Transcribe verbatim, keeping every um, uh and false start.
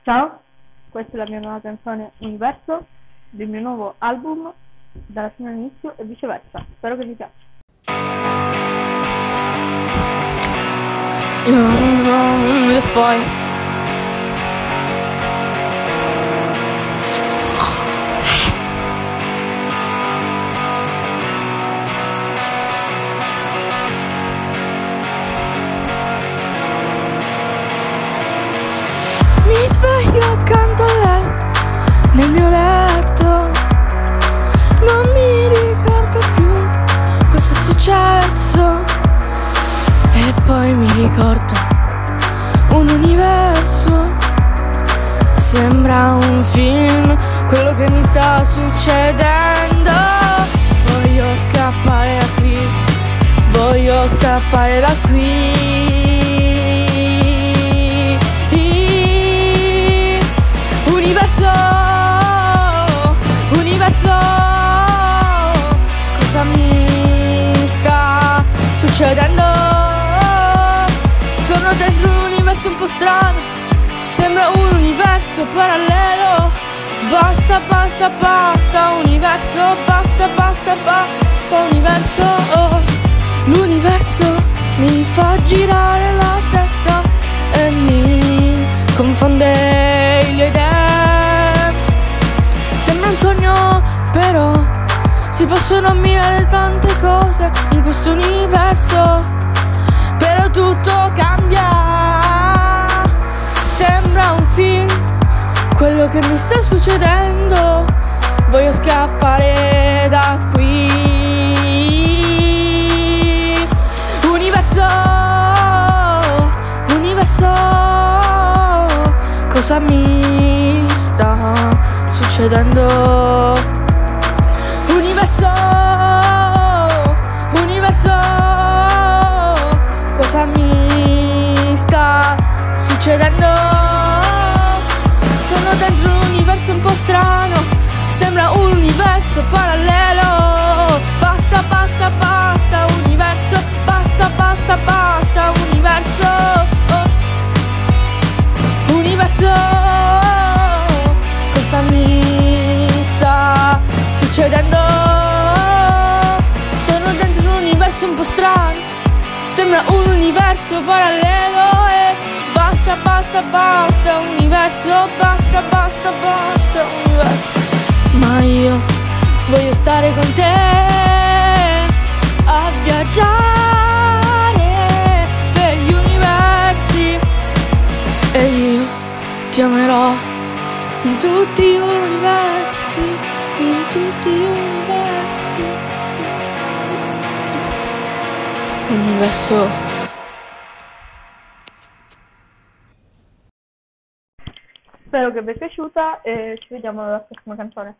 Ciao, questa è la mia nuova canzone Universo del mio nuovo album Dalla fine all'inizio e viceversa. Spero che vi piaccia. You know the fire. Mi sveglio accanto a lei nel mio letto, non mi ricordo più cosa è successo. E poi mi ricordo un universo, sembra un film quello che mi sta succedendo. Voglio scappare da qui, voglio scappare da qui. Universo, universo, cosa mi sta succedendo? Sono dentro un universo un po' strano, sembra un universo parallelo. Basta, basta, basta, universo, basta, basta, basta, universo. Oh, l'universo mi fa girare la testa e mi confonde le idee. Sembra un sogno, però si possono ammirare tante cose in questo universo. Però tutto cambia, sembra un film quello che mi sta succedendo. Voglio scappare da qui. Universo, universo, cosa mi sta succedendo? Universo, universo, cosa mi sta succedendo? Sono dentro un universo un po' strano, sembra un universo parallelo. Basta, basta, basta, universo, basta, basta, basta, universo. Oh. Universo, cosa mi sta succedendo? Sono dentro un universo un po' strano, sembra un universo parallelo. E basta, basta, basta, universo, basta, basta, basta, universo. Ma io voglio stare con te a viaggiare per gli universi, e io ti amerò in tutti gli universi, in tutti gli universi. Universo. Spero che vi è piaciuta e ci vediamo alla prossima canzone.